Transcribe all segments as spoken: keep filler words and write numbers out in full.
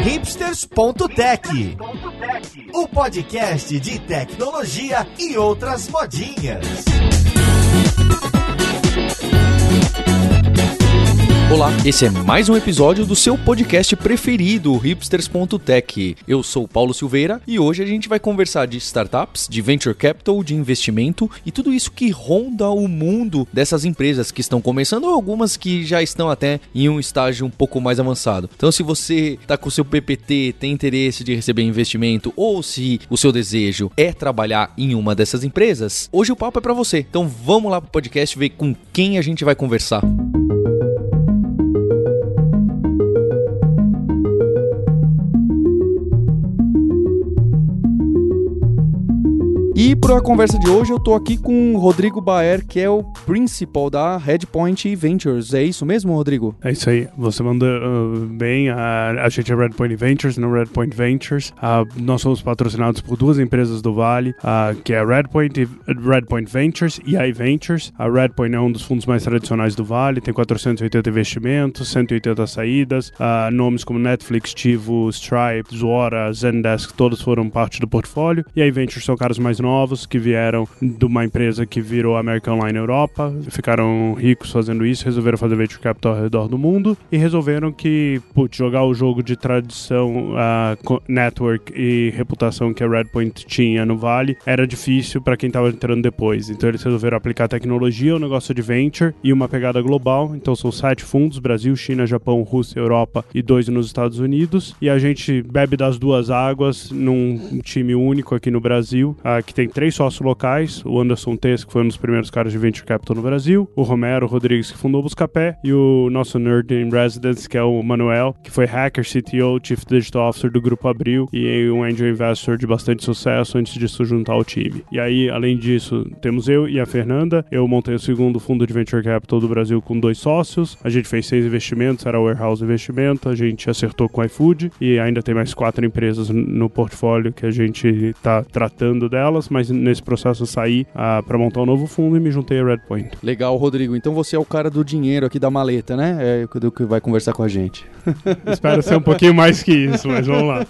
hipsters ponto tech, o podcast de tecnologia e outras modinhas. Olá, esse é mais um episódio do seu podcast preferido, hipsters ponto tech. Eu sou o Paulo Silveira e hoje a gente vai conversar de startups, de venture capital, de investimento e tudo isso que ronda o mundo dessas empresas que estão começando ou algumas que já estão até em um estágio um pouco mais avançado. Então, se você está com o seu P P T, tem interesse de receber investimento ou se o seu desejo é trabalhar em uma dessas empresas, hoje o papo é para você. Então, vamos lá para o podcast ver com quem a gente vai conversar. E para a conversa de hoje eu tô aqui com o Rodrigo Baer, que é o principal da Redpoint Ventures. É isso mesmo, Rodrigo? É isso aí, você mandou uh, bem. Uh, a gente é Redpoint Ventures, não Redpoint Ventures. Uh, nós somos patrocinados por duas empresas do Vale, uh, que é a Redpoint, Redpoint Ventures e a iVentures. A Redpoint é um dos fundos mais tradicionais do Vale, tem quatrocentos e oitenta investimentos, cento e oitenta saídas. Uh, nomes como Netflix, Tivo, Stripe, Zuora, Zendesk, todos foram parte do portfólio. E a iVentures são caras mais novos que vieram de uma empresa que virou American Online Europa, ficaram ricos fazendo isso, resolveram fazer venture capital ao redor do mundo e resolveram que, putz, jogar o jogo de tradição, uh, network e reputação que a Redpoint tinha no Vale era difícil para quem estava entrando depois. Então eles resolveram aplicar tecnologia, um negócio de venture e uma pegada global. Então são sete fundos, Brasil, China, Japão, Rússia, Europa e dois nos Estados Unidos. E a gente bebe das duas águas num time único aqui no Brasil, uh, que tem três sócios locais, o Anderson Tess, que foi um dos primeiros caras de Venture Capital no Brasil, o Romero Rodrigues, que fundou o Buscapé, e o nosso Nerd in Residence, que é o Manuel, que foi hacker, C T O, Chief Digital Officer do Grupo Abril e um Angel Investor de bastante sucesso antes de se juntar ao time. E aí, além disso, temos eu e a Fernanda. Eu montei o segundo fundo de Venture Capital do Brasil com dois sócios. A gente fez seis investimentos, era o Warehouse Investimento, a gente acertou com o iFood e ainda tem mais quatro empresas no portfólio que a gente está tratando delas, mas nesse processo eu saí uh, para montar um novo fundo e me juntei a Redpoint. Legal, Rodrigo. Então você é o cara do dinheiro aqui da maleta, né? É o que vai conversar com a gente. Espero ser um pouquinho mais que isso, mas vamos lá.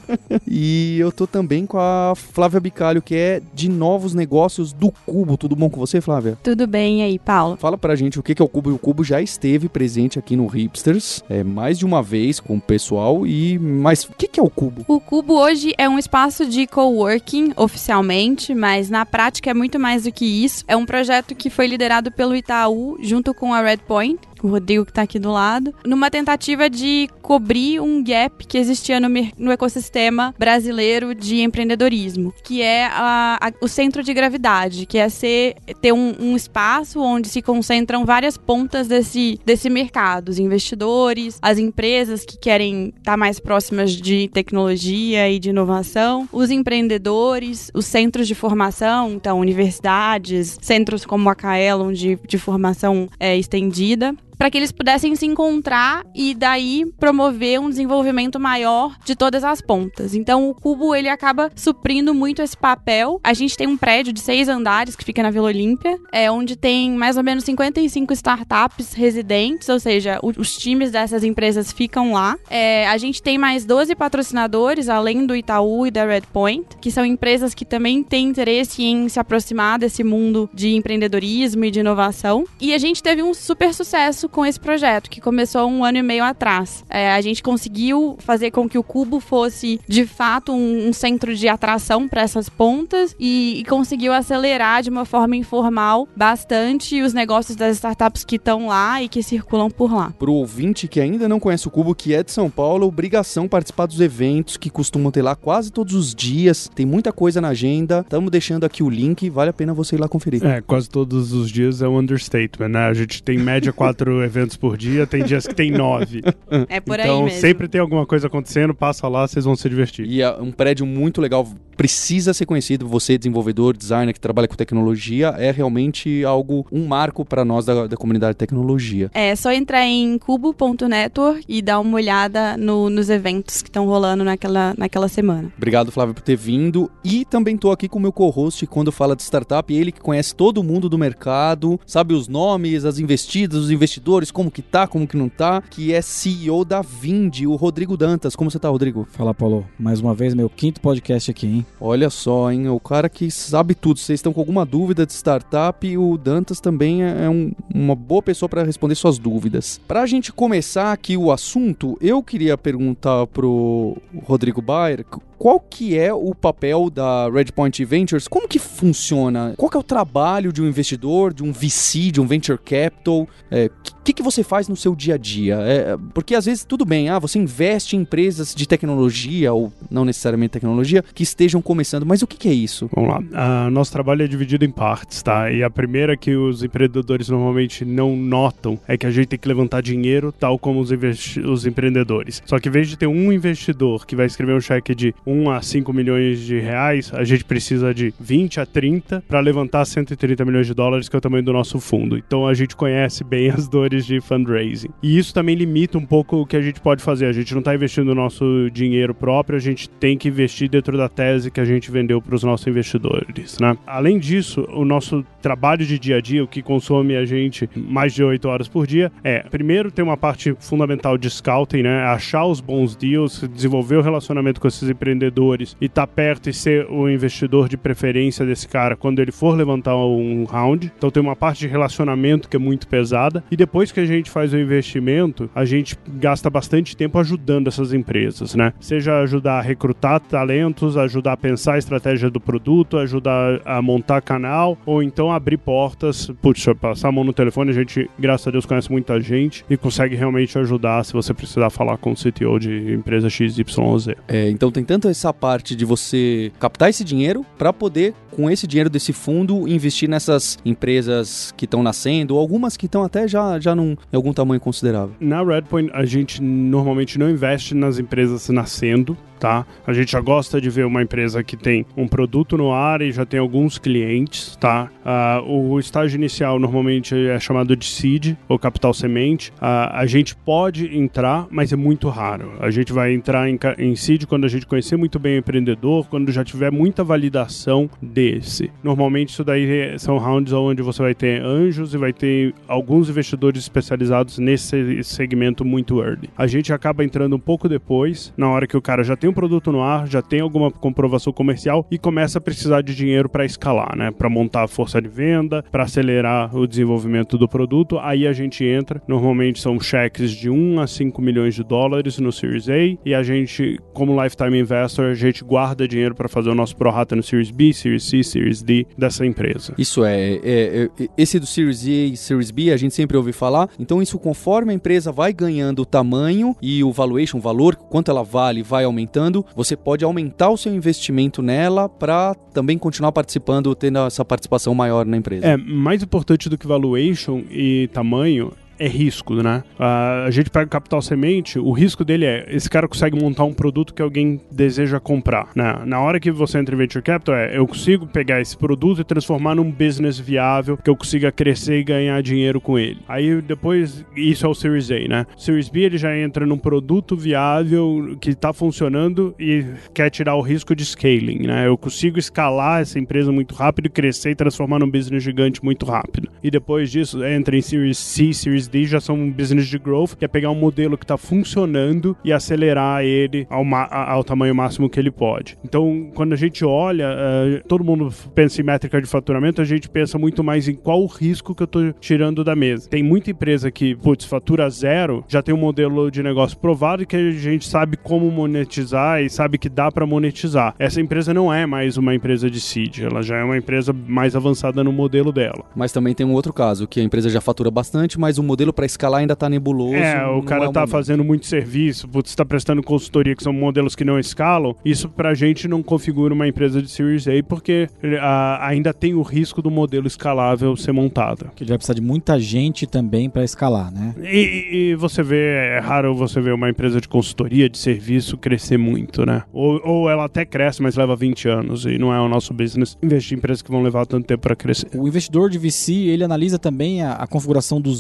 E eu tô também com a Flávia Bicalho, que é de novos negócios do Cubo. Tudo bom com você, Flávia? Tudo bem aí, Paulo? Fala pra gente o que é o Cubo. O Cubo já esteve presente aqui no Hipsters é, mais de uma vez com o pessoal. E Mas o que é o Cubo? O Cubo hoje é um espaço de coworking, oficialmente, mas na prática é muito mais do que isso. É um projeto que foi liderado pelo Itaú junto com a Redpoint, o Rodrigo que está aqui do lado, numa tentativa de cobrir um gap que existia no, no ecossistema brasileiro de empreendedorismo, que é a, a, o centro de gravidade, que é ser, ter um, um espaço onde se concentram várias pontas desse, desse mercado, os investidores, as empresas que querem estar mais próximas de tecnologia e de inovação, os empreendedores, os centros de formação, então universidades, centros como a Kaelon de, de formação é, estendida, para que eles pudessem se encontrar e daí promover um desenvolvimento maior de todas as pontas. Então o Cubo ele acaba suprindo muito esse papel. A gente tem um prédio de seis andares que fica na Vila Olímpia, é, onde tem mais ou menos cinquenta e cinco startups residentes, ou seja, o, os times dessas empresas ficam lá. É, a gente tem mais doze patrocinadores, além do Itaú e da Redpoint, que são empresas que também têm interesse em se aproximar desse mundo de empreendedorismo e de inovação. E a gente teve um super sucesso com esse projeto, que começou um ano e meio atrás. É, a gente conseguiu fazer com que o Cubo fosse, de fato, um, um centro de atração para essas pontas e, e conseguiu acelerar de uma forma informal bastante os negócios das startups que estão lá e que circulam por lá. Para o ouvinte que ainda não conhece o Cubo, que é de São Paulo, obrigação participar dos eventos que costumam ter lá quase todos os dias. Tem muita coisa na agenda. Estamos deixando aqui o link, vale a pena você ir lá conferir. É, quase todos os dias é um understatement, né? A gente tem média quatro eventos por dia, tem dias que tem nove. É por então, aí mesmo. Sempre tem alguma coisa acontecendo, passa lá, vocês vão se divertir. E é um prédio muito legal, precisa ser conhecido. Você, desenvolvedor, designer que trabalha com tecnologia, é realmente algo, um marco para nós da, da comunidade de tecnologia. É só entrar em cubo ponto network e dar uma olhada no, nos eventos que estão rolando naquela, naquela semana. Obrigado, Flávio, por ter vindo. E também estou aqui com o meu co-host quando fala de startup, ele que conhece todo mundo do mercado, sabe os nomes, as investidas, os investidores investidores, como que tá, como que não tá, que é C E O da Vindi, o Rodrigo Dantas. Como você tá, Rodrigo? Fala, Paulo. Mais uma vez, meu quinto podcast aqui, hein? Olha só, hein? O cara que sabe tudo. Se vocês estão com alguma dúvida de startup, o Dantas também é um, uma boa pessoa para responder suas dúvidas. Pra gente começar aqui o assunto, eu queria perguntar pro Rodrigo Bayer qual que é o papel da Redpoint Ventures, como que funciona? Qual que é o trabalho de um investidor, de um V C, de um Venture Capital? O é, que, que você faz no seu dia a dia? É, porque às vezes tudo bem, ah, você investe em empresas de tecnologia, ou não necessariamente tecnologia, que estejam começando, mas o que, que é isso? Vamos lá, uh, nosso trabalho é dividido em partes, tá? E a primeira que os empreendedores normalmente não notam é que a gente tem que levantar dinheiro, tal como os, investi- os empreendedores. Só que em vez de ter um investidor que vai escrever um cheque de um a cinco milhões de reais, a gente precisa de vinte a trinta para levantar cento e trinta milhões de dólares, que é o tamanho do nosso fundo. Então a gente conhece bem as dores de fundraising. E isso também limita um pouco o que a gente pode fazer. A gente não está investindo o nosso dinheiro próprio, a gente tem que investir dentro da tese que a gente vendeu para os nossos investidores, né? Além disso, o nosso trabalho de dia a dia, o que consome a gente mais de oito horas por dia, é, primeiro, tem uma parte fundamental de scouting, né? Achar os bons deals, desenvolver o relacionamento com esses empreendedores e estar tá perto e ser o investidor de preferência desse cara quando ele for levantar um round. Então tem uma parte de relacionamento que é muito pesada. E depois que a gente faz o investimento, a gente gasta bastante tempo ajudando essas empresas, né? Seja ajudar a recrutar talentos, ajudar a pensar a estratégia do produto, ajudar a montar canal, ou então abrir portas. Putz, passar a mão no telefone, a gente, graças a Deus, conhece muita gente e consegue realmente ajudar se você precisar falar com o C T O de empresa X Y Z. É, então tem tanto essa parte de você captar esse dinheiro para poder, com esse dinheiro desse fundo, investir nessas empresas que estão nascendo, ou algumas que estão até já, já num, em algum tamanho considerável. Na Redpoint, a gente normalmente não investe nas empresas nascendo, tá? A gente já gosta de ver uma empresa que tem um produto no ar e já tem alguns clientes, tá? Uh, o estágio inicial normalmente é chamado de seed, ou capital semente. Uh, a gente pode entrar, mas é muito raro. A gente vai entrar em, em seed quando a gente conhecer muito bem o empreendedor, quando já tiver muita validação desse. Normalmente isso daí são rounds onde você vai ter anjos e vai ter alguns investidores especializados nesse segmento muito early. A gente acaba entrando um pouco depois, na hora que o cara já tem um produto no ar, já tem alguma comprovação comercial e começa a precisar de dinheiro para escalar, né? Para montar a força de venda, para acelerar o desenvolvimento do produto. Aí a gente entra, normalmente são cheques de um a cinco milhões de dólares no Series A, e a gente, como lifetime investor, a gente guarda dinheiro para fazer o nosso prorata no Series B, Series C, Series D dessa empresa. Isso é, é, é, esse do Series A e Series B a gente sempre ouve falar, então isso conforme a empresa vai ganhando o tamanho e o valuation, o valor, quanto ela vale, vai aumentando, você pode aumentar o seu investimento nela para também continuar participando, tendo essa participação maior na empresa. É, mais importante do que valuation e tamanho é risco, né? Uh, a gente pega o capital semente, o risco dele é, esse cara consegue montar um produto que alguém deseja comprar, né? Na hora que você entra em Venture Capital, é, eu consigo pegar esse produto e transformar num business viável, que eu consiga crescer e ganhar dinheiro com ele. Aí depois, isso é o Series A, né? O Series B, ele já entra num produto viável que está funcionando e quer tirar o risco de scaling, né? Eu consigo escalar essa empresa muito rápido, crescer e transformar num business gigante muito rápido. E depois disso, entra em Series C, Series D, já são um business de growth, que é pegar um modelo que está funcionando e acelerar ele ao, ma- ao tamanho máximo que ele pode. Então, quando a gente olha, uh, todo mundo pensa em métrica de faturamento, a gente pensa muito mais em qual o risco que eu estou tirando da mesa. Tem muita empresa que, putz, fatura zero, já tem um modelo de negócio provado que a gente sabe como monetizar e sabe que dá para monetizar. Essa empresa não é mais uma empresa de seed, ela já é uma empresa mais avançada no modelo dela. Mas também tem um outro caso, que a empresa já fatura bastante, mas o modelo para escalar ainda tá nebuloso. É, o cara é tá fazendo muito serviço, putz, tá prestando consultoria, que são modelos que não escalam. Isso pra gente não configura uma empresa de Series A, porque uh, ainda tem o risco do modelo escalável ser montado. Que ele vai precisar de muita gente também para escalar, né? E, e você vê, é raro você ver uma empresa de consultoria, de serviço, crescer muito, né? Ou, ou ela até cresce, mas leva vinte anos, e não é o nosso business investir em empresas que vão levar tanto tempo para crescer. O investidor de V C, ele analisa também a, a configuração dos anjos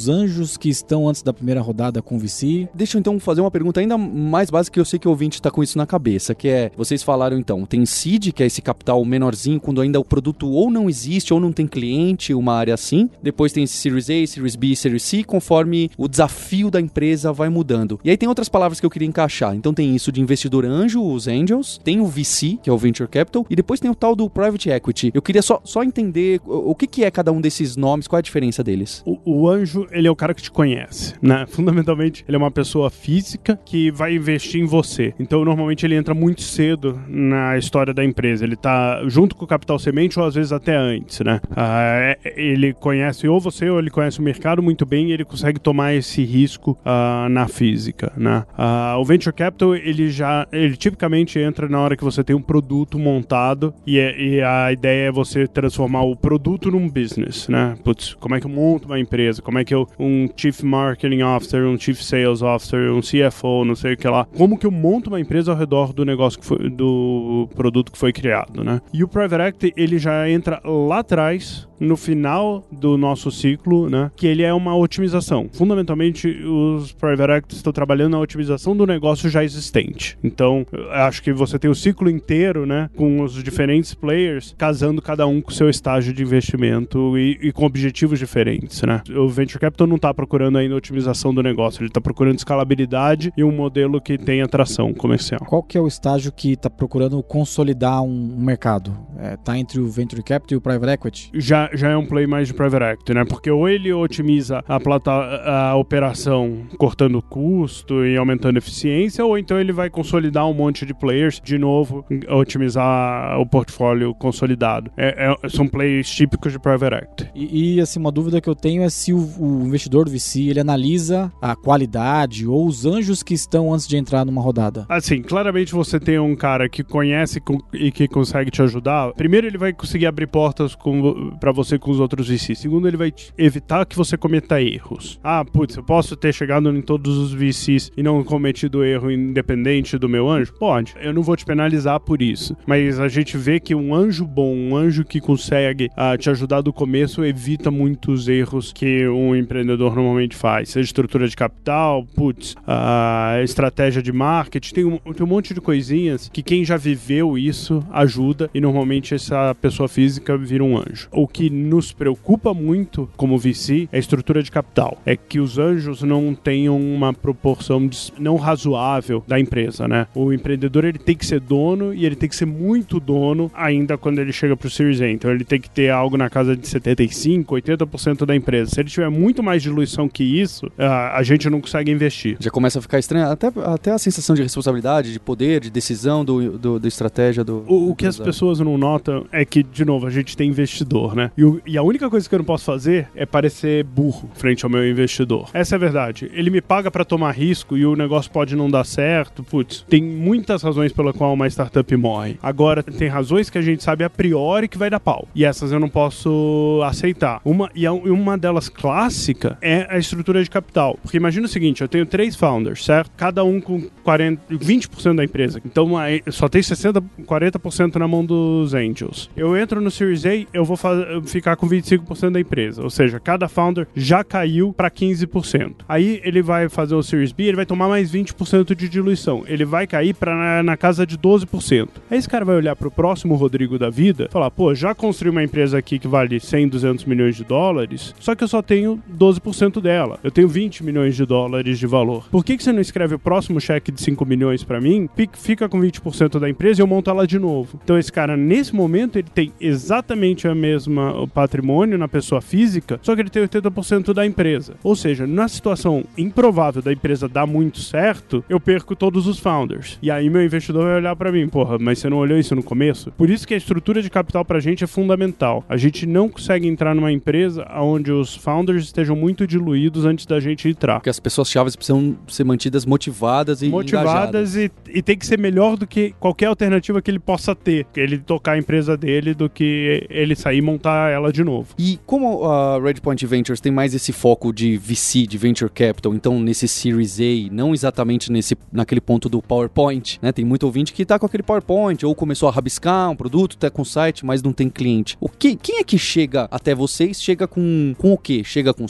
anjos que estão antes da primeira rodada com o V C? Deixa eu então fazer uma pergunta ainda mais básica, que eu sei que o ouvinte tá com isso na cabeça, que é, vocês falaram então, tem seed, que é esse capital menorzinho, quando ainda o produto ou não existe, ou não tem cliente, uma área assim. Depois tem esse Series A, Series B, Series C, conforme o desafio da empresa vai mudando. E aí tem outras palavras que eu queria encaixar. Então tem isso de investidor anjo, os angels, tem o V C, que é o Venture Capital, e depois tem o tal do Private Equity. Eu queria só, só entender o, o que, que é cada um desses nomes, qual é a diferença deles? O, o anjo, ele é o cara que te conhece, né? Fundamentalmente, ele é uma pessoa física que vai investir em você. Então, normalmente, ele entra muito cedo na história da empresa. Ele tá junto com o capital semente ou, às vezes, até antes, né? Ah, ele conhece ou você ou ele conhece o mercado muito bem e ele consegue tomar esse risco ah, na física, né? Ah, o Venture Capital, ele já, ele tipicamente entra na hora que você tem um produto montado e, é, e a ideia é você transformar o produto num business, né? Putz, como é que eu monto uma empresa? Como é que eu, um Chief Marketing Officer, um Chief Sales Officer, um C F O, não sei o que lá. Como que eu monto uma empresa ao redor do negócio que foi, do produto que foi criado, né? E o Private Equity, ele já entra lá atrás, no final do nosso ciclo, né? Que ele é uma otimização. Fundamentalmente, os Private Equity estão trabalhando na otimização do negócio já existente. Então, acho que você tem o ciclo inteiro, né? Com os diferentes players, casando cada um com o seu estágio de investimento e, e com objetivos diferentes, né? O Venture Capital não está procurando ainda otimização do negócio, ele está procurando escalabilidade e um modelo que tenha atração comercial. Qual que é o estágio que está procurando consolidar um, um mercado? É, tá entre o Venture Capital e o Private Equity? Já, já é um play mais de Private Equity, né? Porque ou ele otimiza a, plata, a operação cortando custo e aumentando eficiência, ou então ele vai consolidar um monte de players, de novo, otimizar o portfólio consolidado. É, é, são plays típicos de Private Equity. E, e assim, uma dúvida que eu tenho é se o, o investidor do V C, ele analisa a qualidade ou os anjos que estão antes de entrar numa rodada. Assim, claramente você tem um cara que conhece com, e que consegue te ajudar. Primeiro, ele vai conseguir abrir portas para você com os outros V Cs. Segundo, ele vai evitar que você cometa erros. Ah, putz, eu posso ter chegado em todos os V Cs e não cometido erro independente do meu anjo? Pode. Eu não vou te penalizar por isso. Mas a gente vê que um anjo bom, um anjo que consegue uh, te ajudar do começo, evita muitos erros que um empreendedor normalmente faz. Seja estrutura de capital, putz, a uh, estratégia de marketing, tem um, tem um monte de coisinhas que quem já viveu isso ajuda e normalmente essa pessoa física vira um anjo. O que nos preocupa muito como V C é a estrutura de capital. É que os anjos não tenham uma proporção não razoável da empresa, né? O empreendedor, ele tem que ser dono e ele tem que ser muito dono ainda quando ele chega pro Series A. Então ele tem que ter algo na casa de setenta e cinco, oitenta por cento da empresa. Se ele tiver muito mais diluição que isso, a, a gente não consegue investir. Já começa a ficar estranho, até, até a sensação de responsabilidade, de poder, de decisão, do, do, da estratégia do... O, o que as pessoas não notam é que, de novo, a gente tem investidor, né? E, o, e a única coisa que eu não posso fazer é parecer burro frente ao meu investidor. Essa é a verdade. Ele me paga pra tomar risco e o negócio pode não dar certo. Putz, tem muitas razões pela qual uma startup morre. Agora, tem razões que a gente sabe a priori que vai dar pau. E essas eu não posso aceitar. Uma, e uma delas clássica é a estrutura de capital. Porque imagina o seguinte, eu tenho três founders, certo? Cada um com quarenta, vinte por cento da empresa. Então, só tem sessenta, quarenta por cento na mão dos angels. Eu entro no Series A, eu vou fazer, ficar com vinte e cinco por cento da empresa. Ou seja, cada founder já caiu para quinze por cento. Aí ele vai fazer o Series B, ele vai tomar mais vinte por cento de diluição. Ele vai cair pra, na, na casa de doze por cento. Aí esse cara vai olhar pro próximo Rodrigo da vida e falar, pô, já construí uma empresa aqui que vale cem, duzentos milhões de dólares, só que eu só tenho doze por cento dela. Eu tenho vinte milhões de dólares de valor. Por que que você não escreve o próximo cheque de cinco milhões pra mim, fica com vinte por cento da empresa e eu monto ela de novo? Então esse cara, nesse momento, ele tem exatamente a mesma patrimônio na pessoa física, só que ele tem oitenta por cento da empresa. Ou seja, na situação improvável da empresa dar muito certo, eu perco todos os founders. E aí meu investidor vai olhar pra mim, porra, mas você não olhou isso no começo? Por isso que a estrutura de capital pra gente é fundamental. A gente não consegue entrar numa empresa onde os founders estejam muito diluídos antes da gente entrar. Porque as pessoas-chave precisam ser mantidas motivadas e motivadas e, e tem que ser melhor do que qualquer alternativa que ele possa ter. Ele tocar a empresa dele do que ele sair e montar ela de novo. E como a Redpoint Ventures tem mais esse foco de V C, de Venture Capital, então nesse Series A, não exatamente nesse, naquele ponto do PowerPoint, né? Tem muito ouvinte que tá com aquele PowerPoint ou começou a rabiscar um produto, tá com site, mas não tem cliente. O que, quem é que chega até vocês? Chega com, com o quê? Chega com site? Chega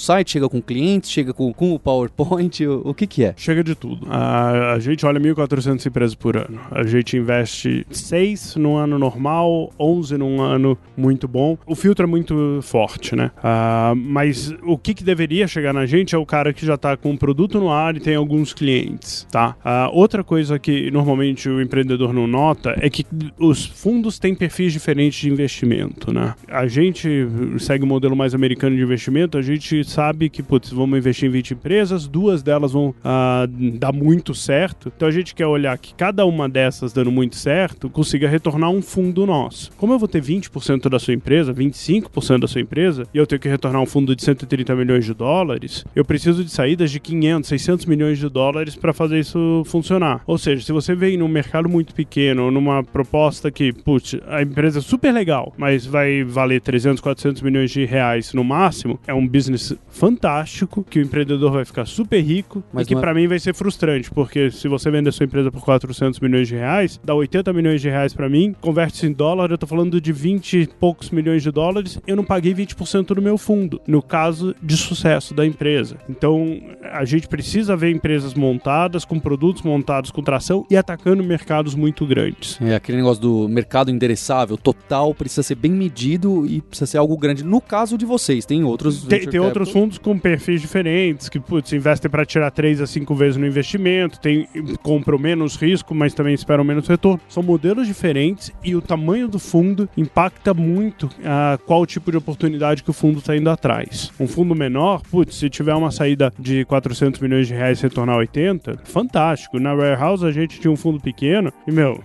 chega com clientes, chega com, com o PowerPoint, o, o que que é? Chega de tudo. A, a gente olha mil e quatrocentas empresas por ano. A gente investe seis no ano normal, onze num ano muito bom. O filtro é muito forte, né? Uh, mas o que, que deveria chegar na gente é o cara que já está com um produto no ar e tem alguns clientes, tá? Uh, outra coisa que normalmente o empreendedor não nota é que os fundos têm perfis diferentes de investimento, né? A gente segue o modelo mais americano de investimento, a gente sabe que, putz, vamos investir em vinte empresas, duas delas vão uh, dar muito certo, então a gente quer olhar que cada uma dessas dando muito certo consiga retornar um fundo nosso. Como eu vou ter vinte por cento da sua empresa, vinte e cinco por cento da sua empresa, e eu tenho que retornar um fundo de cento e trinta milhões de dólares, eu preciso de saídas de quinhentos, seiscentos milhões de dólares para fazer isso funcionar. Ou seja, se você vem num mercado muito pequeno, numa proposta que, putz, a empresa é super legal, mas vai valer trezentos, quatrocentos milhões de reais no máximo, é um business fantástico, que o empreendedor vai ficar super rico, mas e que é... para mim vai ser frustrante, porque se você vender sua empresa por quatrocentos milhões de reais, dá oitenta milhões de reais para mim, converte-se em dólar, eu tô falando de vinte e poucos milhões de dólares, eu não paguei vinte por cento do meu fundo, no caso de sucesso da empresa. Então, a gente precisa ver empresas montadas, com produtos montados com tração e atacando mercados muito grandes. É, aquele negócio do mercado endereçável, total, precisa ser bem medido e precisa ser algo grande. No caso de vocês, tem outros... Tem, tem outros fundos com perfis diferentes, que, putz, investem para tirar três a cinco vezes no investimento, tem, compram menos risco, mas também esperam menos retorno. São modelos diferentes e o tamanho do fundo impacta muito a qual tipo de oportunidade que o fundo está indo atrás. Um fundo menor, putz, se tiver uma saída de quatrocentos milhões de reais e retornar oitenta, fantástico. Na Warehouse a gente tinha um fundo pequeno e, meu,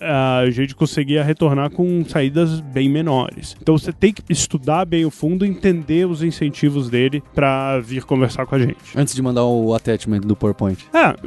a gente conseguia retornar com saídas bem menores. Então você tem que estudar bem o fundo e entender os incentivos dele para vir conversar com a gente. Antes de mandar o attachment do PowerPoint.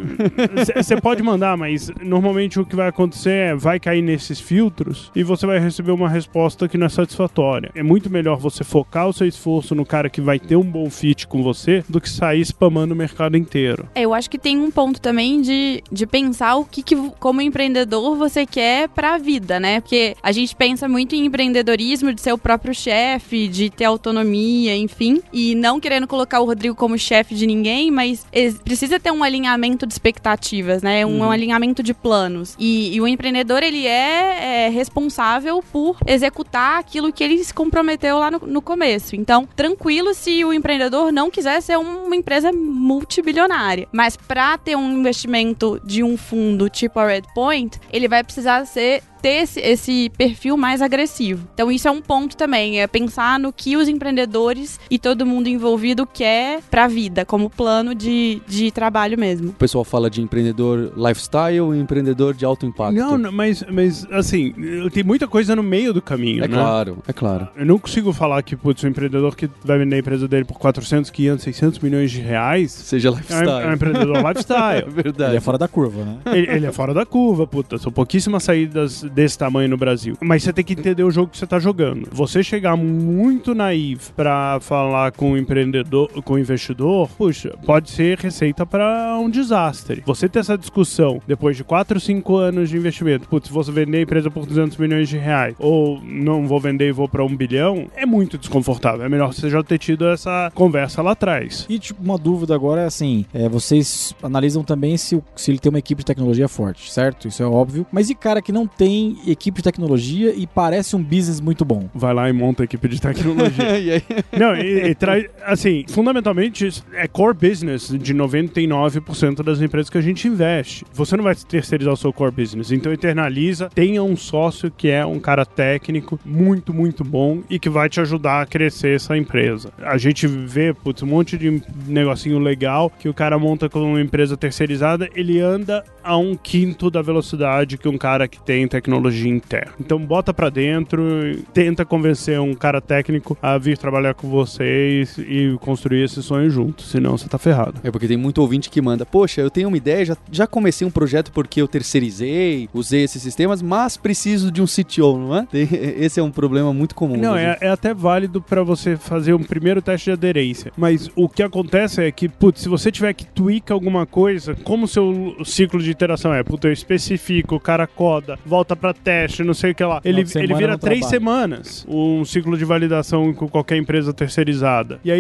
É, você pode mandar, mas normalmente o que vai acontecer é vai cair nesses filtros e você vai receber uma resposta que não é satisfatória. É muito melhor você focar o seu esforço no cara que vai ter um bom fit com você do que sair spamando o mercado inteiro. É, eu acho que tem um ponto também de, de pensar o que, que como empreendedor você quer pra vida, né? Porque a gente pensa muito em empreendedorismo, de ser o próprio chefe, de ter autonomia, enfim, e não querendo colocar o Rodrigo como chefe de ninguém, mas precisa ter um alinhamento de expectativas, né? Um, hum. um alinhamento de planos. E, e o empreendedor, ele é, é responsável por executar aquilo que ele se comprometeu lá no, no começo. Então, tranquilo se o empreendedor não quiser ser uma empresa multibilionária. Mas para ter um investimento de um fundo tipo a Redpoint, ele vai precisar ser ter esse, esse perfil mais agressivo. Então isso é um ponto também, é pensar no que os empreendedores e todo mundo envolvido quer pra vida, como plano de, de trabalho mesmo. O pessoal fala de empreendedor lifestyle e empreendedor de alto impacto. Não, não mas, mas assim, tem muita coisa no meio do caminho, é né? É claro, é claro. Eu não consigo falar que, putz, um empreendedor que vai vender a empresa dele por quatrocentos, quinhentos, seiscentos milhões de reais... Seja lifestyle. É um, é um empreendedor lifestyle. É verdade. Ele é fora da curva, né? Ele, ele é fora da curva, puta. São pouquíssimas saídas desse tamanho no Brasil. Mas você tem que entender o jogo que você tá jogando. Você chegar muito naive pra falar com o empreendedor, com o investidor, puxa, pode ser receita pra um desastre. Você ter essa discussão depois de quatro, cinco anos de investimento, putz, vou vender a empresa por duzentos milhões de reais, ou não vou vender e vou pra um bilhão, é muito desconfortável. É melhor você já ter tido essa conversa lá atrás. E tipo, uma dúvida agora é assim, é, vocês analisam também se, o, se ele tem uma equipe de tecnologia forte, certo? Isso é óbvio. Mas e cara que não tem equipe de tecnologia e parece um business muito bom? Vai lá e monta a equipe de tecnologia. E aí? Não, e, e traz, assim, fundamentalmente é core business de noventa e nove por cento das empresas que a gente investe. Você não vai terceirizar o seu core business, então internaliza, tenha um sócio que é um cara técnico muito, muito bom e que vai te ajudar a crescer essa empresa. A gente vê, putz, um monte de negocinho legal que o cara monta com uma empresa terceirizada, ele anda a um quinto da velocidade que um cara que tem tecnologia interna. Então bota pra dentro, tenta convencer um cara técnico a vir trabalhar com vocês e construir esse sonho junto, senão você tá ferrado. É porque tem muito ouvinte que manda, poxa, eu tenho uma ideia, já, já comecei um projeto porque eu terceirizei, usei esses sistemas, mas preciso de um C T O, não é? Tem, esse é um problema muito comum. Não, é, é até válido pra você fazer um primeiro teste de aderência, mas o que acontece é que, putz, se você tiver que tweak alguma coisa, como o seu ciclo de iteração é, putz, eu especifico, o cara coda, volta pra teste, não sei o que lá, ele, ele vira três semanas um ciclo de validação com qualquer empresa terceirizada. E aí você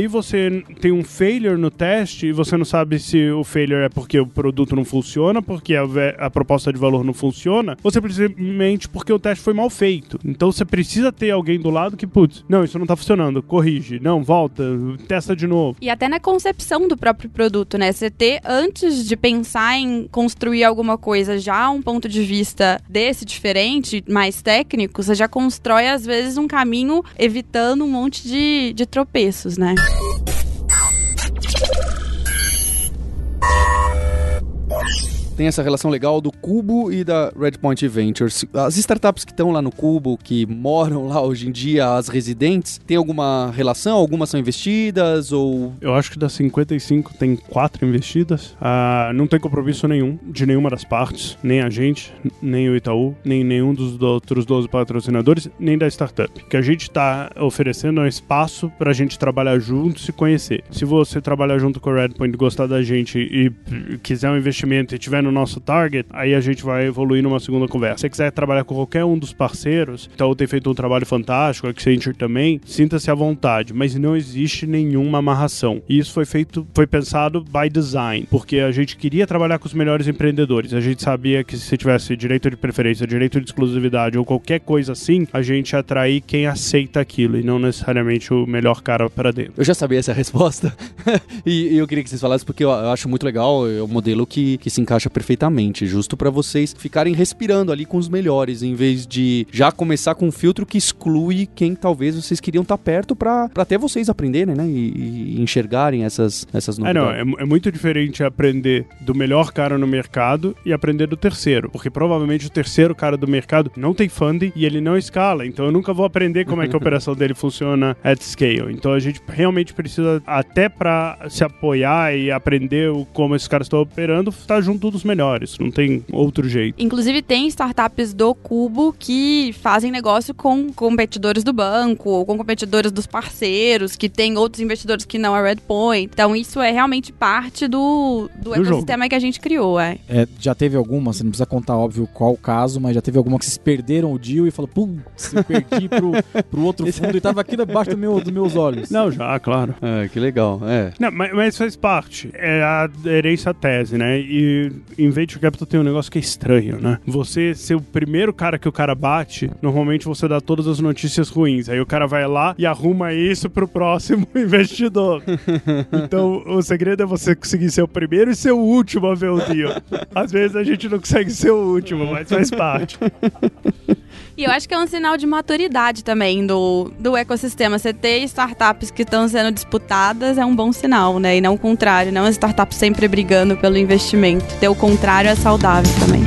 você tem um failure no teste e você não sabe se o failure é porque o produto não funciona, porque a, a proposta de valor não funciona, ou simplesmente porque o teste foi mal feito. Então você precisa ter alguém do lado que, putz, não, isso não tá funcionando, corrige, não, volta, testa de novo. E até na concepção do próprio produto, né? Você ter, antes de pensar em construir alguma coisa já um ponto de vista desse diferente, mais técnico, você já constrói, às vezes, um caminho evitando um monte de, de tropeços, né? Tem essa relação legal do Cubo e da Redpoint Ventures. As startups que estão lá no Cubo, que moram lá hoje em dia, as residentes, tem alguma relação? Algumas são investidas ou... Eu acho que das cinquenta e cinco tem quatro investidas. Ah, não tem compromisso nenhum de nenhuma das partes, nem a gente, nem o Itaú, nem nenhum dos outros doze patrocinadores, nem da startup. O que a gente está oferecendo é um espaço para a gente trabalhar junto e se conhecer. Se você trabalhar junto com a Redpoint, gostar da gente e quiser um investimento e tiver no nosso target, aí a gente vai evoluir numa segunda conversa. Se você quiser trabalhar com qualquer um dos parceiros, Itaú tem feito um trabalho fantástico, a Accenture também, sinta-se à vontade, mas não existe nenhuma amarração. E isso foi feito, foi pensado by design, porque a gente queria trabalhar com os melhores empreendedores. A gente sabia que se tivesse direito de preferência, direito de exclusividade ou qualquer coisa assim, a gente ia atrair quem aceita aquilo e não necessariamente o melhor cara para dentro. Eu já sabia essa resposta e, e eu queria que vocês falassem porque eu, eu acho muito legal, é um modelo que, que se encaixa perfeitamente, justo para vocês ficarem respirando ali com os melhores, em vez de já começar com um filtro que exclui quem talvez vocês queriam estar perto para até vocês aprenderem, né, e, e enxergarem essas, essas novidades. É, não, é, é muito diferente aprender do melhor cara no mercado e aprender do terceiro, porque provavelmente o terceiro cara do mercado não tem funding e ele não escala, então eu nunca vou aprender como é que a operação dele funciona at scale. Então a gente realmente precisa, até para se apoiar e aprender o, como esses caras estão operando, estar junto dos melhores, não tem outro jeito. Inclusive tem startups do Cubo que fazem negócio com competidores do banco ou com competidores dos parceiros, que tem outros investidores que não a Redpoint. Então isso é realmente parte do, do, do ecossistema jogo que a gente criou. É. É, já teve alguma, você não precisa contar óbvio qual o caso, mas já teve alguma que vocês perderam o deal e falou, putz, eu perdi pro, pro outro fundo e tava aqui debaixo do meu, dos meus olhos. Não, já, claro. É, que legal, é. Não, mas, mas faz parte. É a aderência à tese, né? E em Venture Capital tem um negócio que é estranho, né? Você ser o primeiro cara que o cara bate, normalmente você dá todas as notícias ruins. Aí o cara vai lá e arruma isso pro próximo investidor. Então, o segredo é você conseguir ser o primeiro e ser o último a ver o deal. Às vezes a gente não consegue ser o último, mas faz parte. E eu acho que é um sinal de maturidade também do, do ecossistema. Você ter startups que estão sendo disputadas é um bom sinal, né? E não o contrário, não as startups sempre brigando pelo investimento. Ter o contrário é saudável também.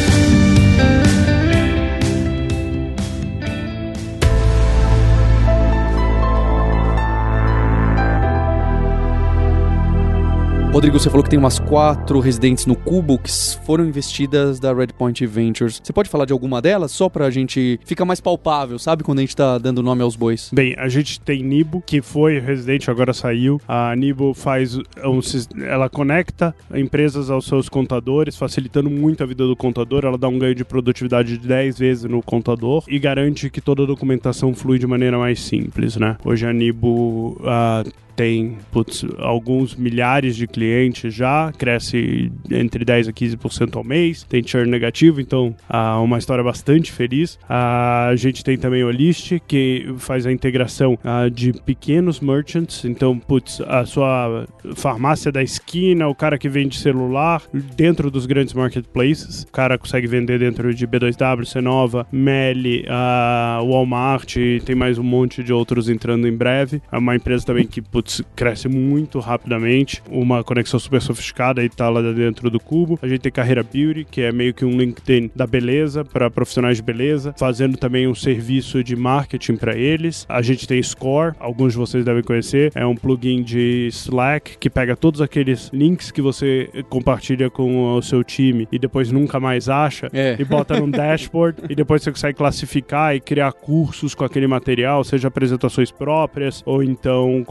Rodrigo, você falou que tem umas quatro residentes no Cubo que foram investidas da Redpoint Ventures. Você pode falar de alguma delas, só pra gente ficar mais palpável, sabe? Quando a gente tá dando nome aos bois. Bem, a gente tem Nibo, que foi residente, agora saiu. A Nibo faz um, ela conecta empresas aos seus contadores, facilitando muito a vida do contador. Ela dá um ganho de produtividade de dez vezes no contador e garante que toda a documentação flui de maneira mais simples, né? Hoje a Nibo uh, tem putz, alguns milhares de clientes já, cresce entre dez a quinze por cento ao mês, tem churn negativo, então uh, uma história bastante feliz. Uh, a gente tem também o List, que faz a integração uh, de pequenos merchants, então putz, a sua farmácia da esquina, o cara que vende celular, dentro dos grandes marketplaces, o cara consegue vender dentro de B dois W, Cenova, Meli, uh, Walmart, e tem mais um monte de outros entrando em breve. É uma empresa também que putz, cresce muito rapidamente, uma conexão super sofisticada e tá lá dentro do Cubo. A gente tem Carreira Beauty, que é meio que um LinkedIn da beleza, para profissionais de beleza, fazendo também um serviço de marketing para eles. A gente tem Score, alguns de vocês devem conhecer, é um plugin de Slack que pega todos aqueles links que você compartilha com o seu time e depois nunca mais acha, é. e bota num dashboard, e depois você consegue classificar e criar cursos com aquele material, seja apresentações próprias ou então conteúdos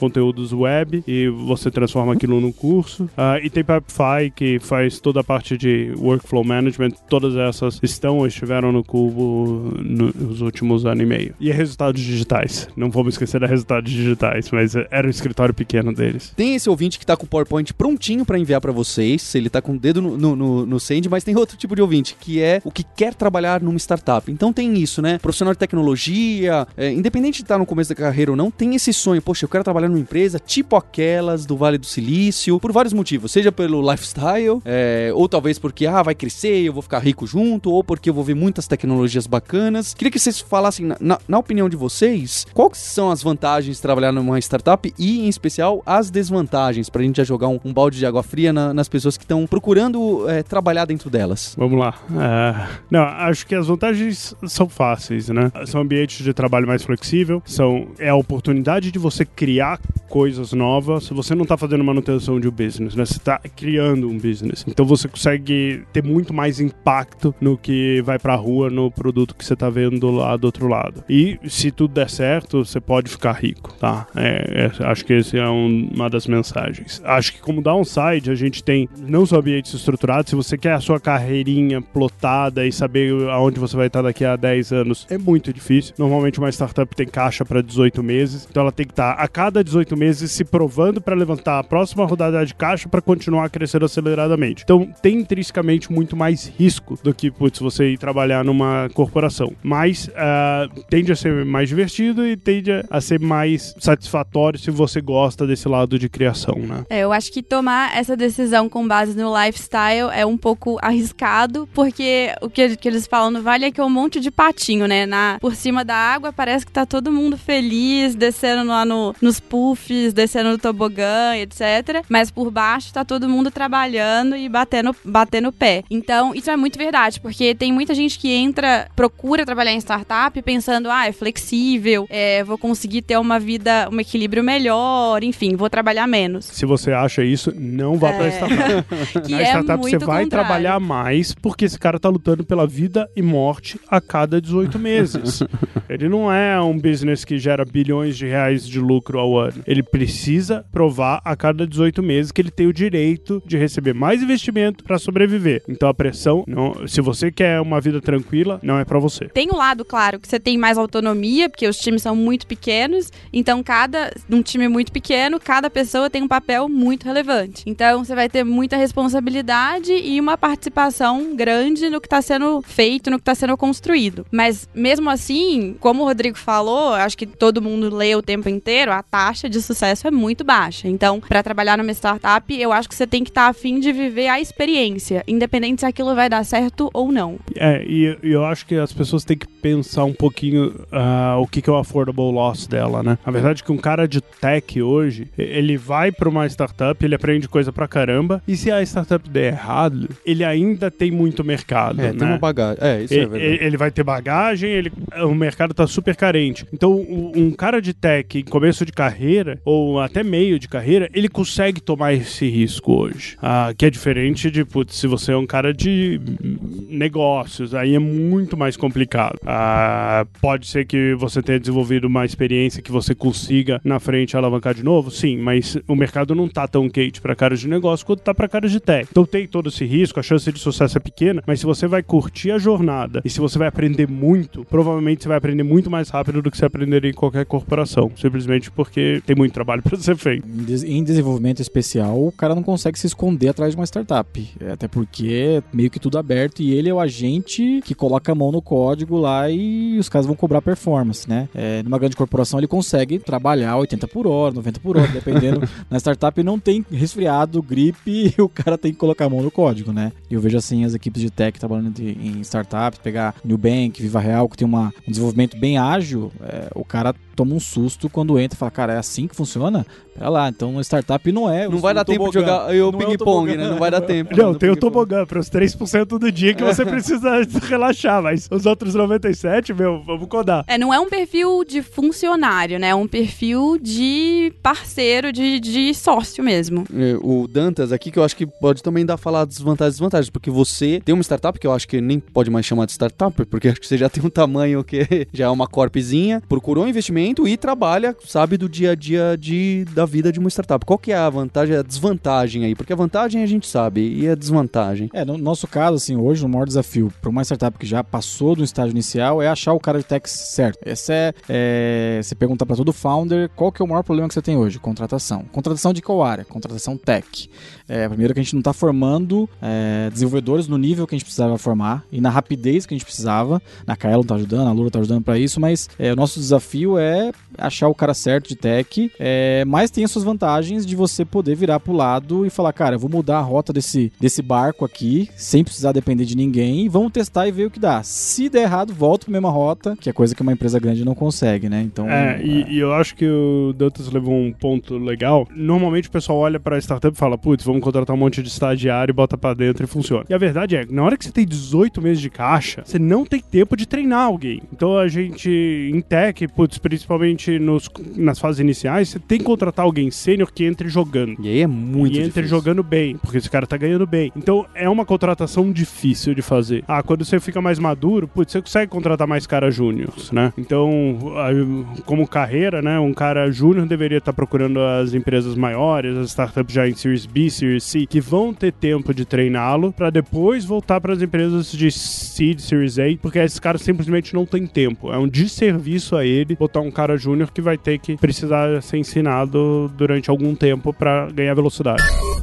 conteúdos web e você transforma aquilo num curso. Uh, e tem Pepify, que faz toda a parte de workflow management. Todas essas estão ou estiveram no Cubo nos últimos anos e meio. E resultados digitais. Não vamos esquecer de resultados digitais, mas era um escritório pequeno deles. Tem esse ouvinte que tá com o PowerPoint prontinho pra enviar pra vocês, ele tá com o dedo no, no, no, no send, mas tem outro tipo de ouvinte, que é o que quer trabalhar numa startup. Então tem isso, né? Profissional de tecnologia, é, independente de estar no começo da carreira ou não, tem esse sonho. Poxa, eu quero trabalhar numa empresa tipo aquelas do Vale do Silício, por vários motivos. Seja pelo lifestyle, é, ou talvez porque, ah, vai crescer, eu vou ficar rico junto, ou porque eu vou ver muitas tecnologias bacanas. Queria que vocês falassem, na, na, na opinião de vocês, quais são as vantagens de trabalhar numa startup e, em especial, as desvantagens, pra gente já jogar um, um balde de água fria na, nas pessoas que estão procurando é, trabalhar dentro delas. Vamos lá. Uh, não, acho que as vantagens são fáceis, né? São ambientes de trabalho mais flexível, são, é a oportunidade de você criar coisas novas. Você não está fazendo manutenção de um business, né? Você está criando um business. Então você consegue ter muito mais impacto no que vai pra rua, no produto que você está vendo lá do outro lado. E se tudo der certo, você pode ficar rico, tá? É, é, acho que esse é um, uma das mensagens. Acho que como downside, a gente tem não só ambientes estruturados, se você quer a sua carreirinha plotada e saber aonde você vai estar daqui a dez anos, é muito difícil. Normalmente uma startup tem caixa para dezoito meses, então ela tem que estar a cada dezoito meses se provando para levantar a próxima rodada de caixa para continuar crescendo aceleradamente. Então tem intrinsecamente muito mais risco do que, putz, você ir trabalhar numa corporação. Mas uh, tende a ser mais divertido e tende a ser mais satisfatório se você gosta desse lado de criação, né? É, eu acho que tomar essa decisão com base no lifestyle é um pouco arriscado, porque o que, que eles falam no Vale é que é um monte de patinho, né? Na, por cima da água parece que tá todo mundo feliz, descendo lá no, nos puffs, descendo no tobogã, etcétera. Mas por baixo tá todo mundo trabalhando e batendo, batendo o pé. Então, isso é muito verdade, porque tem muita gente que entra, procura trabalhar em startup pensando, ah, é flexível, é, vou conseguir ter uma vida, um equilíbrio melhor, enfim, vou trabalhar menos. Se você acha isso, não vá é... pra startup. que Na é startup muito você vai contrário. trabalhar mais porque esse cara tá lutando pela vida e morte a cada dezoito meses. Ele não é um business que gera bilhões de reais de lucro ao ano. Ele precisa provar a cada dezoito meses que ele tem o direito de receber mais investimento para sobreviver. Então a pressão, não, se você quer uma vida tranquila, não é para você. Tem um lado, claro, que você tem mais autonomia, porque os times são muito pequenos, então cada, num time muito pequeno, cada pessoa tem um papel muito relevante. Então você vai ter muita responsabilidade e uma participação grande no que está sendo feito, no que está sendo construído. Mas mesmo assim, como o Rodrigo falou, acho que todo mundo lê o tempo inteiro, a taxa de sucesso é muito baixa. Então, para trabalhar numa startup, eu acho que você tem que estar tá afim de viver a experiência, independente se aquilo vai dar certo ou não. É, e eu acho que as pessoas têm que pensar um pouquinho uh, o que, que é o affordable loss dela, né? A verdade é que um cara de tech hoje, ele vai para uma startup, ele aprende coisa pra caramba, e se a startup der errado, ele ainda tem muito mercado, É, né? tem uma bagagem. É, isso ele, é verdade. Ele vai ter bagagem, ele, o mercado tá super carente. Então, um cara de tech em começo de carreira, ou até meio de carreira, ele consegue tomar esse risco hoje. Ah, que é diferente de, putz, se você é um cara de negócios, aí é muito mais complicado. Ah, pode ser que você tenha desenvolvido uma experiência que você consiga na frente alavancar de novo, sim, mas o mercado não tá tão quente para caras de negócio quanto tá para caras de tech. Então tem todo esse risco, a chance de sucesso é pequena, mas se você vai curtir a jornada e se você vai aprender muito, provavelmente você vai aprender muito mais rápido do que você aprenderia em qualquer corporação, simplesmente porque tem muito trabalho para ser feito. Em, des- em desenvolvimento especial, o cara não consegue se esconder atrás de uma startup, é, até porque é meio que tudo aberto e ele é o agente que coloca a mão no código lá e os caras vão cobrar performance, né? É, numa grande corporação ele consegue trabalhar oitenta por hora, noventa por hora, dependendo. Na startup não tem resfriado, gripe e o cara tem que colocar a mão no código, né? E eu vejo assim as equipes de tech trabalhando de, em startups, pegar Nubank, Viva Real, que tem uma, um desenvolvimento bem ágil, é, o cara toma um susto quando entra e fala, cara, é assim que funciona? Pera lá, então uma startup não é... Não vai dar tempo de jogar o ping-pong, né? Não vai dar tempo. Não, tem o tobogã para os três por cento do dia que você precisa relaxar, mas os outros noventa e sete, meu, vamos codar. É, não é um perfil de funcionário, né? É um perfil de parceiro, de, de sócio mesmo. O Dantas aqui, que eu acho que pode também dar falar das vantagens e desvantagens, porque você tem uma startup que eu acho que nem pode mais chamar de startup, porque acho que você já tem um tamanho que já é uma corpzinha, procurou um investimento e trabalha, sabe, do dia a dia de, da vida de uma startup. Qual que é a vantagem e a desvantagem aí? Porque a vantagem a gente sabe, e a desvantagem? É, no nosso caso, assim, hoje o maior desafio para uma startup que já passou do estágio inicial é achar o cara de tech certo. Essa é, é você perguntar para todo founder qual que é o maior problema que você tem hoje? Contratação. Contratação de qual área? Contratação tech. É, primeiro que a gente não está formando é, desenvolvedores no nível que a gente precisava formar e na rapidez que a gente precisava. Na Kaelo está ajudando, a Lura está ajudando para isso, mas é, o nosso desafio é achar o cara certo de tech, é, mas tem as suas vantagens de você poder virar pro lado e falar, cara, eu vou mudar a rota desse, desse barco aqui, sem precisar depender de ninguém, e vamos testar e ver o que dá. Se der errado, volta pra mesma rota, que é coisa que uma empresa grande não consegue, né? Então, é, é... E, e eu acho que o Dantas levou um ponto legal. Normalmente o pessoal olha pra startup e fala, putz, vamos contratar um monte de estagiário e bota pra dentro e funciona. E a verdade é, na hora que você tem dezoito meses de caixa, você não tem tempo de treinar alguém. Então a gente, em tech, putz, principalmente nos, nas fases iniciais, você tem que contratar alguém sênior que entre jogando. E aí é muito E entre difícil. jogando bem, porque esse cara tá ganhando bem. Então é uma contratação difícil de fazer. Ah, quando você fica mais maduro, putz, você consegue contratar mais cara júnior, né? Então, como carreira, né, um cara júnior deveria estar procurando as empresas maiores, as startups já em Series B, Series C, que vão ter tempo de treiná-lo para depois voltar para as empresas de Seed, Series A, porque esses caras simplesmente não têm tempo. É um desserviço a ele botar um cara júnior que vai ter que precisar ser ensinado durante algum tempo para ganhar velocidade.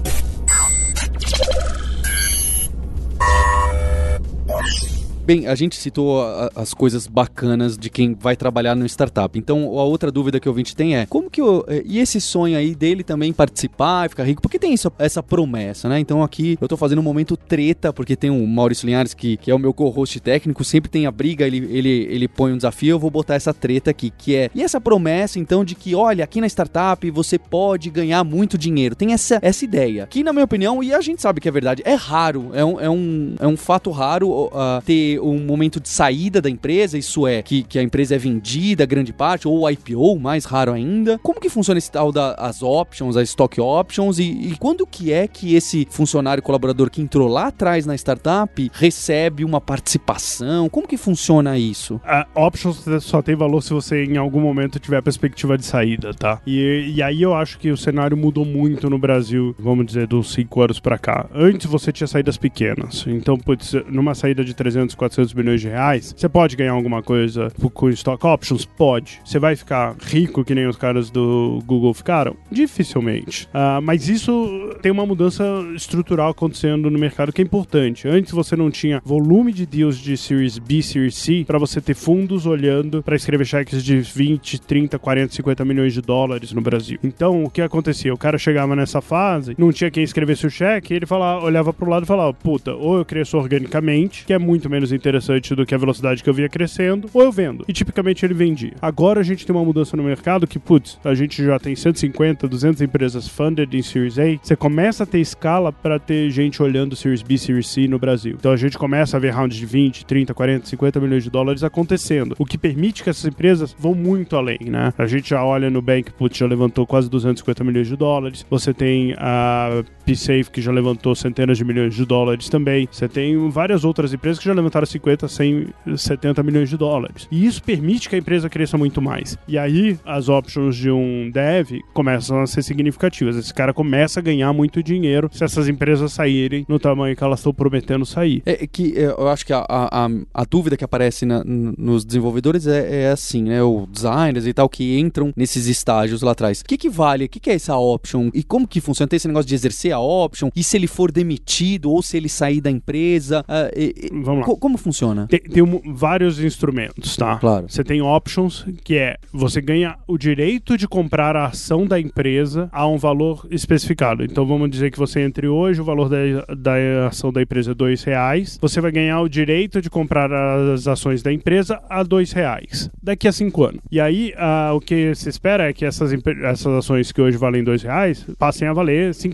Bem, a gente citou a, as coisas bacanas de quem vai trabalhar no startup. Então, a outra dúvida que o ouvinte tem é, como que eu... E esse sonho aí dele também participar e ficar rico? Porque tem isso, essa promessa, né? Então, aqui eu tô fazendo um momento treta, porque tem o Maurício Linhares, que, que é o meu co-host técnico, sempre tem a briga, ele, ele, ele põe um desafio, eu vou botar essa treta aqui, que é... E essa promessa, então, de que, olha, aqui na startup você pode ganhar muito dinheiro. Tem essa, essa ideia. Que, na minha opinião, e a gente sabe que é verdade, é raro, é um, é um, é um fato raro uh, ter um momento de saída da empresa, isso é, que, que a empresa é vendida, grande parte, ou I P O, mais raro ainda. Como que funciona esse tal das options, as stock options, e, e quando que é que esse funcionário colaborador que entrou lá atrás na startup recebe uma participação? Como que funciona isso? A options só tem valor se você em algum momento tiver perspectiva de saída, tá? E, e aí eu acho que o cenário mudou muito no Brasil, vamos dizer, dos cinco anos pra cá. Antes você tinha saídas pequenas, então, putz, numa saída de trezentos, quatrocentos milhões de reais, você pode ganhar alguma coisa com stock options? Pode. Você vai ficar rico que nem os caras do Google ficaram? Dificilmente. Uh, mas isso tem uma mudança estrutural acontecendo no mercado que é importante. Antes você não tinha volume de deals de Series B, Series C para você ter fundos olhando para escrever cheques de vinte, trinta, quarenta, cinquenta milhões de dólares no Brasil. Então, o que acontecia? O cara chegava nessa fase, não tinha quem escrevesse o cheque, ele falava, olhava pro lado e falava, puta, ou eu cresço organicamente, que é muito menos interessante do que a velocidade que eu via crescendo, ou eu vendo. E tipicamente ele vendia. Agora a gente tem uma mudança no mercado que, putz, a gente já tem cento e cinquenta, duzentas empresas funded em Series A. Você começa a ter escala para ter gente olhando Series B, Series C no Brasil. Então a gente começa a ver rounds de vinte, trinta, quarenta, cinquenta milhões de dólares acontecendo. O que permite que essas empresas vão muito além, né? A gente já olha no Bank, putz, já levantou quase duzentos e cinquenta milhões de dólares. Você tem a PSafe, que já levantou centenas de milhões de dólares também. Você tem várias outras empresas que já levantaram cinquenta, cem, setenta milhões de dólares. E isso permite que a empresa cresça muito mais. E aí, as options de um dev começam a ser significativas. Esse cara começa a ganhar muito dinheiro se essas empresas saírem no tamanho que elas estão prometendo sair. É que eu acho que a, a, a dúvida que aparece na, nos desenvolvedores é, é assim, né? Os designers e tal, que entram nesses estágios lá atrás. O que que vale? O que que é essa option? E como que funciona? Tem esse negócio de exercer a option? E se ele for demitido ou se ele sair da empresa? Uh, e, Vamos lá. Co- como funciona? Tem, tem um, vários instrumentos, tá? Claro. Você tem options, que é você ganha o direito de comprar a ação da empresa a um valor especificado. Então vamos dizer que você entre hoje, o valor da, da ação da empresa é dois reais. Você vai ganhar o direito de comprar as ações da empresa a dois reais daqui a cinco anos. E aí uh, o que se espera é que essas, essas ações que hoje valem dois reais passem a valer cinquenta, sessenta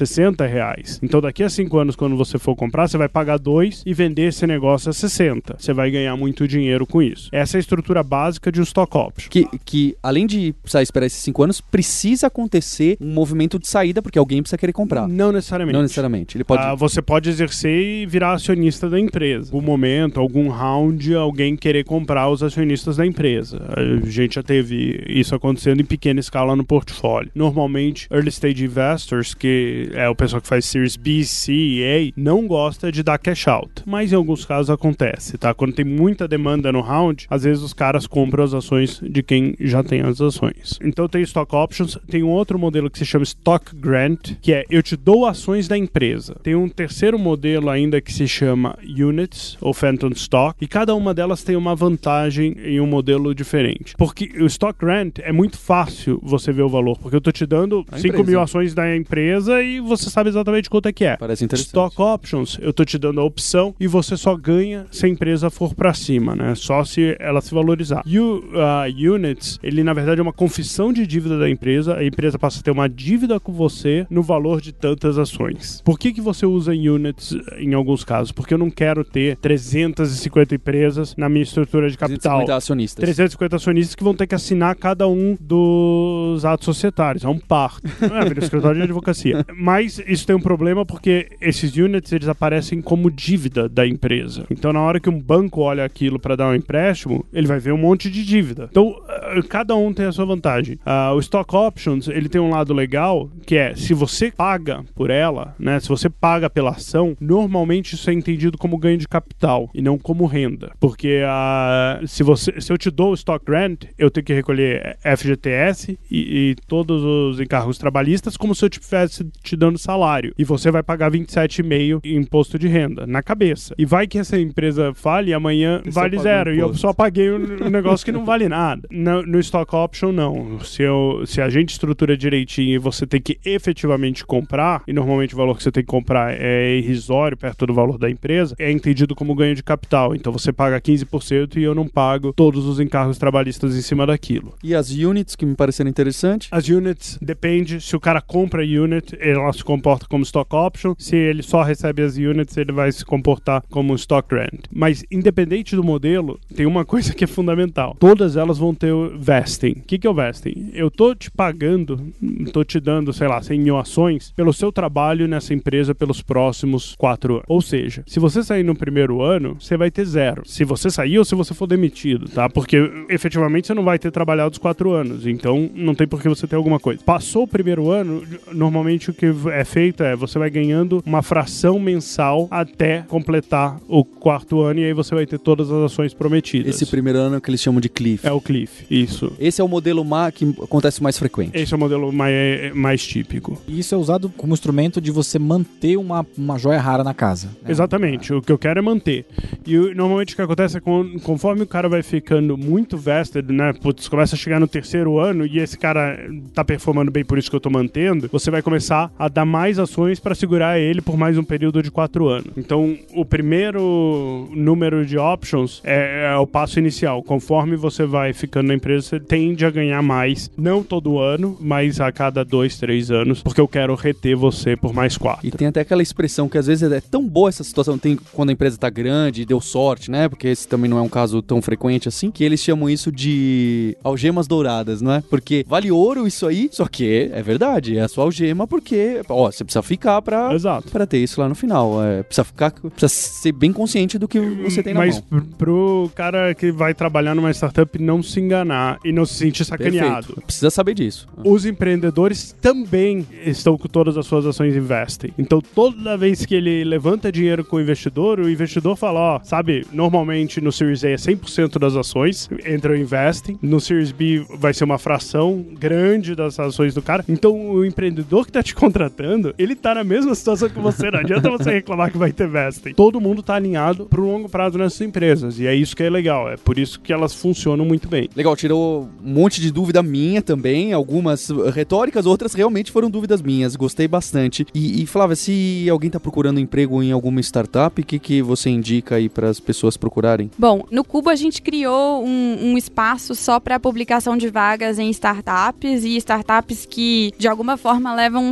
sessenta reais. Então daqui a cinco anos, quando você for comprar, você vai pagar dois e vender esse negócio a sessenta. Você vai ganhar muito dinheiro com isso. Essa é a estrutura básica de um stock option. Que, que além de precisar esperar esses cinco anos, precisa acontecer um movimento de saída, porque alguém precisa querer comprar. Não necessariamente. Não necessariamente. Ele pode... Ah, você pode exercer e virar acionista da empresa. Algum momento, algum round, alguém querer comprar os acionistas da empresa. A gente já teve isso acontecendo em pequena escala no portfólio. Normalmente, early stage investors, que é o pessoal que faz Series B, C e A, não gosta de dar cash out. Mas em alguns casos acontece, tá? Quando tem muita demanda no round, às vezes os caras compram as ações de quem já tem as ações. Então tem stock options, tem um outro modelo que se chama stock grant, que é eu te dou ações da empresa. Tem um terceiro modelo ainda que se chama units, ou phantom stock, e cada uma delas tem uma vantagem em um modelo diferente. Porque o stock grant é muito fácil você ver o valor, porque eu tô te dando cinco mil ações da empresa e você sabe exatamente quanto é que é. Parece interessante. Stock options, eu tô te dando a opção e você só ganha se a empresa for pra cima, né? Só se ela se valorizar. E o uh, units, ele na verdade é uma confissão de dívida da empresa, a empresa passa a ter uma dívida com você no valor de tantas ações. Por que que você usa units em alguns casos? Porque eu não quero ter trezentas e cinquenta empresas na minha estrutura de capital. trezentos e cinquenta acionistas. trezentos e cinquenta acionistas que vão ter que assinar cada um dos atos societários. É um parto. Não é, vira escritório de advocacia. Mas isso tem um problema porque esses units, eles aparecem como dívida da empresa. Então, na hora que um banco olha aquilo para dar um empréstimo, ele vai ver um monte de dívida. Então, uh, cada um tem a sua vantagem. Uh, o stock options, ele tem um lado legal, que é, se você paga por ela, né, se você paga pela ação, normalmente isso é entendido como ganho de capital e não como renda. Porque uh, se, você, se eu te dou o stock grant, eu tenho que recolher F G T S e, e todos os encargos trabalhistas como se eu estivesse te dando salário. E você vai pagar vinte e sete vírgula cinco em imposto de renda, na cabeça. E vai que essa empresa fale e amanhã Você vale zero. E eu só paguei um, um negócio que não vale nada. No, no stock option, não. Se, eu, se a gente estrutura direitinho e você tem que efetivamente comprar, e normalmente o valor que você tem que comprar é irrisório perto do valor da empresa, é entendido como ganho de capital. Então você paga quinze por cento e eu não pago todos os encargos trabalhistas em cima daquilo. E as units, que me pareceram interessantes? As units, depende. Se o cara compra unit, ela se comporta como stock option. Se ele só recebe as units, ele vai se comportar como stock grant. Mas, independente do modelo, tem uma coisa que é fundamental. Todas elas vão ter o vesting. O que, que é o vesting? Eu tô te pagando, tô te dando, sei lá, cem mil ações pelo seu trabalho nessa empresa pelos próximos quatro anos. Ou seja, se você sair no primeiro ano, você vai ter zero. Se você sair ou se você for demitido, tá? Porque, efetivamente, você não vai ter trabalhado os quatro anos. Então, não tem por que você ter alguma coisa. Passou o primeiro ano, normalmente o que é feito é você vai ganhando uma fração mensal até completar o quarto ano e aí você vai ter todas as ações prometidas. Esse primeiro ano é o que eles chamam de cliff. É o cliff, isso. Esse é o modelo ma- que acontece mais frequente. Esse é o modelo mais, mais típico. E isso é usado como instrumento de você manter uma, uma joia rara na casa. Né? Exatamente. O que eu quero é manter. E o, normalmente o que acontece é que conforme o cara vai ficando muito vested, né? Putz, começa a chegar no terceiro ano e esse cara tá performando bem, por isso que eu tô mantendo, você vai começar a dar mais ações para segurar ele por mais um período de quatro anos. Então, o primeiro número de options é, é o passo inicial. Conforme você vai ficando na empresa, você tende a ganhar mais, não todo ano, mas a cada dois, três anos, porque eu quero reter você por mais quatro. E tem até aquela expressão que às vezes é tão boa essa situação, tem quando a empresa tá grande e deu sorte, né? Porque esse também não é um caso tão frequente assim, que eles chamam isso de algemas douradas, não é? Porque vale ouro isso aí, só que é verdade, é a sua algema porque, ó, você precisa ficar pra, Exato. pra ter isso lá no final. É, precisa ficar, precisa ser bem consciente do que você tem na Mas mão. Mas pro cara que vai trabalhar numa startup não se enganar e não se sentir sacaneado. Perfeito. Precisa saber disso. Os empreendedores também estão com todas as suas ações investem. Então, toda vez que ele levanta dinheiro com o investidor, o investidor fala, ó, sabe, normalmente no Series A é cem por cento das ações, entra o investing. No Series B vai ser uma fração grande das ações do cara. Então, o empreendedor que tá te contratando, ele tá na mesma situação que você. Não adianta você reclamar que vai ter vesting. Todo mundo tá alinhado pro longo prazo nessas empresas. E é isso que é legal. É por isso que elas funcionam muito bem. Legal, tirou um monte de dúvida minha também, algumas retóricas, outras realmente foram dúvidas minhas, gostei bastante. E, e Flávia, se alguém tá procurando emprego em alguma startup, o que, que você indica aí para as pessoas procurarem? Bom, no Cubo a gente criou um, um espaço só para publicação de vagas em startups e startups que de alguma forma levam um selo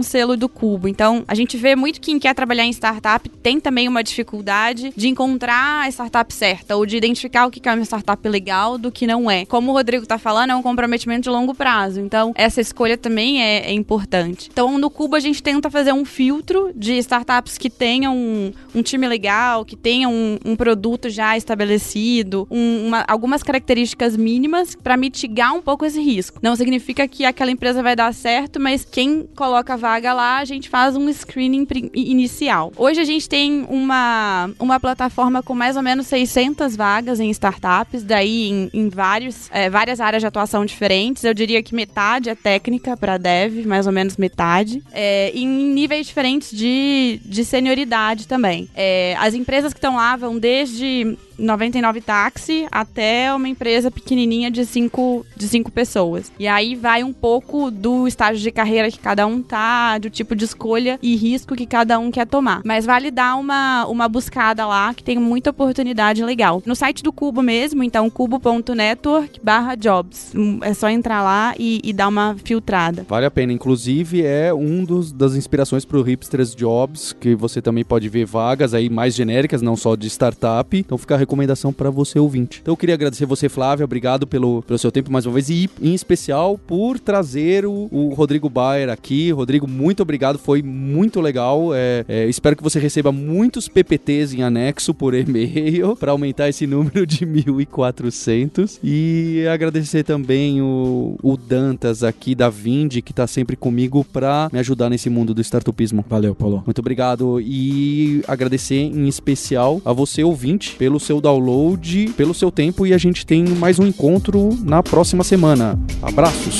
do Cubo. Então, a gente vê muito quem quer trabalhar em startup tem também uma dificuldade de encontrar a startup certa ou de identificar o que é uma startup legal do que não é. Como o Rodrigo tá falando, é um comprometimento de longo prazo. Então, essa escolha também é, é importante. Então, no Cubo, a gente tenta fazer um filtro de startups que tenham um, um time legal, que tenham um, um produto já estabelecido, um, uma, algumas características mínimas para mitigar um pouco esse risco. Não significa que aquela empresa vai dar certo, mas quem coloca a vaga lá, a gente faz um screening inicial. Hoje a gente tem uma, uma plataforma com mais ou menos seiscentas vagas em startups, daí em, em vários, é, várias áreas de atuação diferentes. Eu diria que metade é técnica para dev, mais ou menos metade, é, em níveis diferentes de, de senioridade também. É, as empresas que estão lá vão desde noventa e nove táxi até uma empresa pequenininha de cinco, de cinco pessoas. E aí vai um pouco do estágio de carreira que cada um tá, do tipo de escolha e risco que cada um quer tomar. Mas vale dar uma, uma buscada lá, que tem muita oportunidade legal. No site do Cubo mesmo, então cubo ponto network barra jobs. É só entrar lá e, e dar uma filtrada. Vale a pena. Inclusive, é um dos, das inspirações pro Hipsters Jobs, que você também pode ver vagas aí mais genéricas, não só de startup. Então fica a recomendação para você ouvinte. Então eu queria agradecer você, Flávia, obrigado pelo, pelo seu tempo mais uma vez e em especial por trazer o, o Rodrigo Bayer aqui. Rodrigo, muito obrigado, foi muito legal. É, é, espero que você receba muitos P P Ts em anexo por e-mail para aumentar esse número de mil e quatrocentos. E agradecer também o, o Dantas aqui da Vindi, que tá sempre comigo para me ajudar nesse mundo do startupismo. Valeu, Paulo. Muito obrigado e agradecer em especial a você, ouvinte, pelo seu download, pelo seu tempo, e a gente tem mais um encontro na próxima semana. Abraços!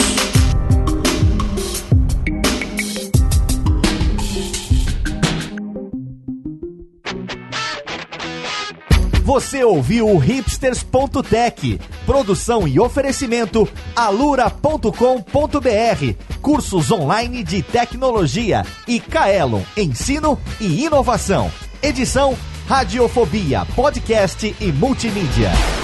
Você ouviu o hipsters ponto tech, produção e oferecimento alura ponto com ponto br, cursos online de tecnologia, e Kaelon, ensino e inovação. Edição Radiofobia, podcast e multimídia.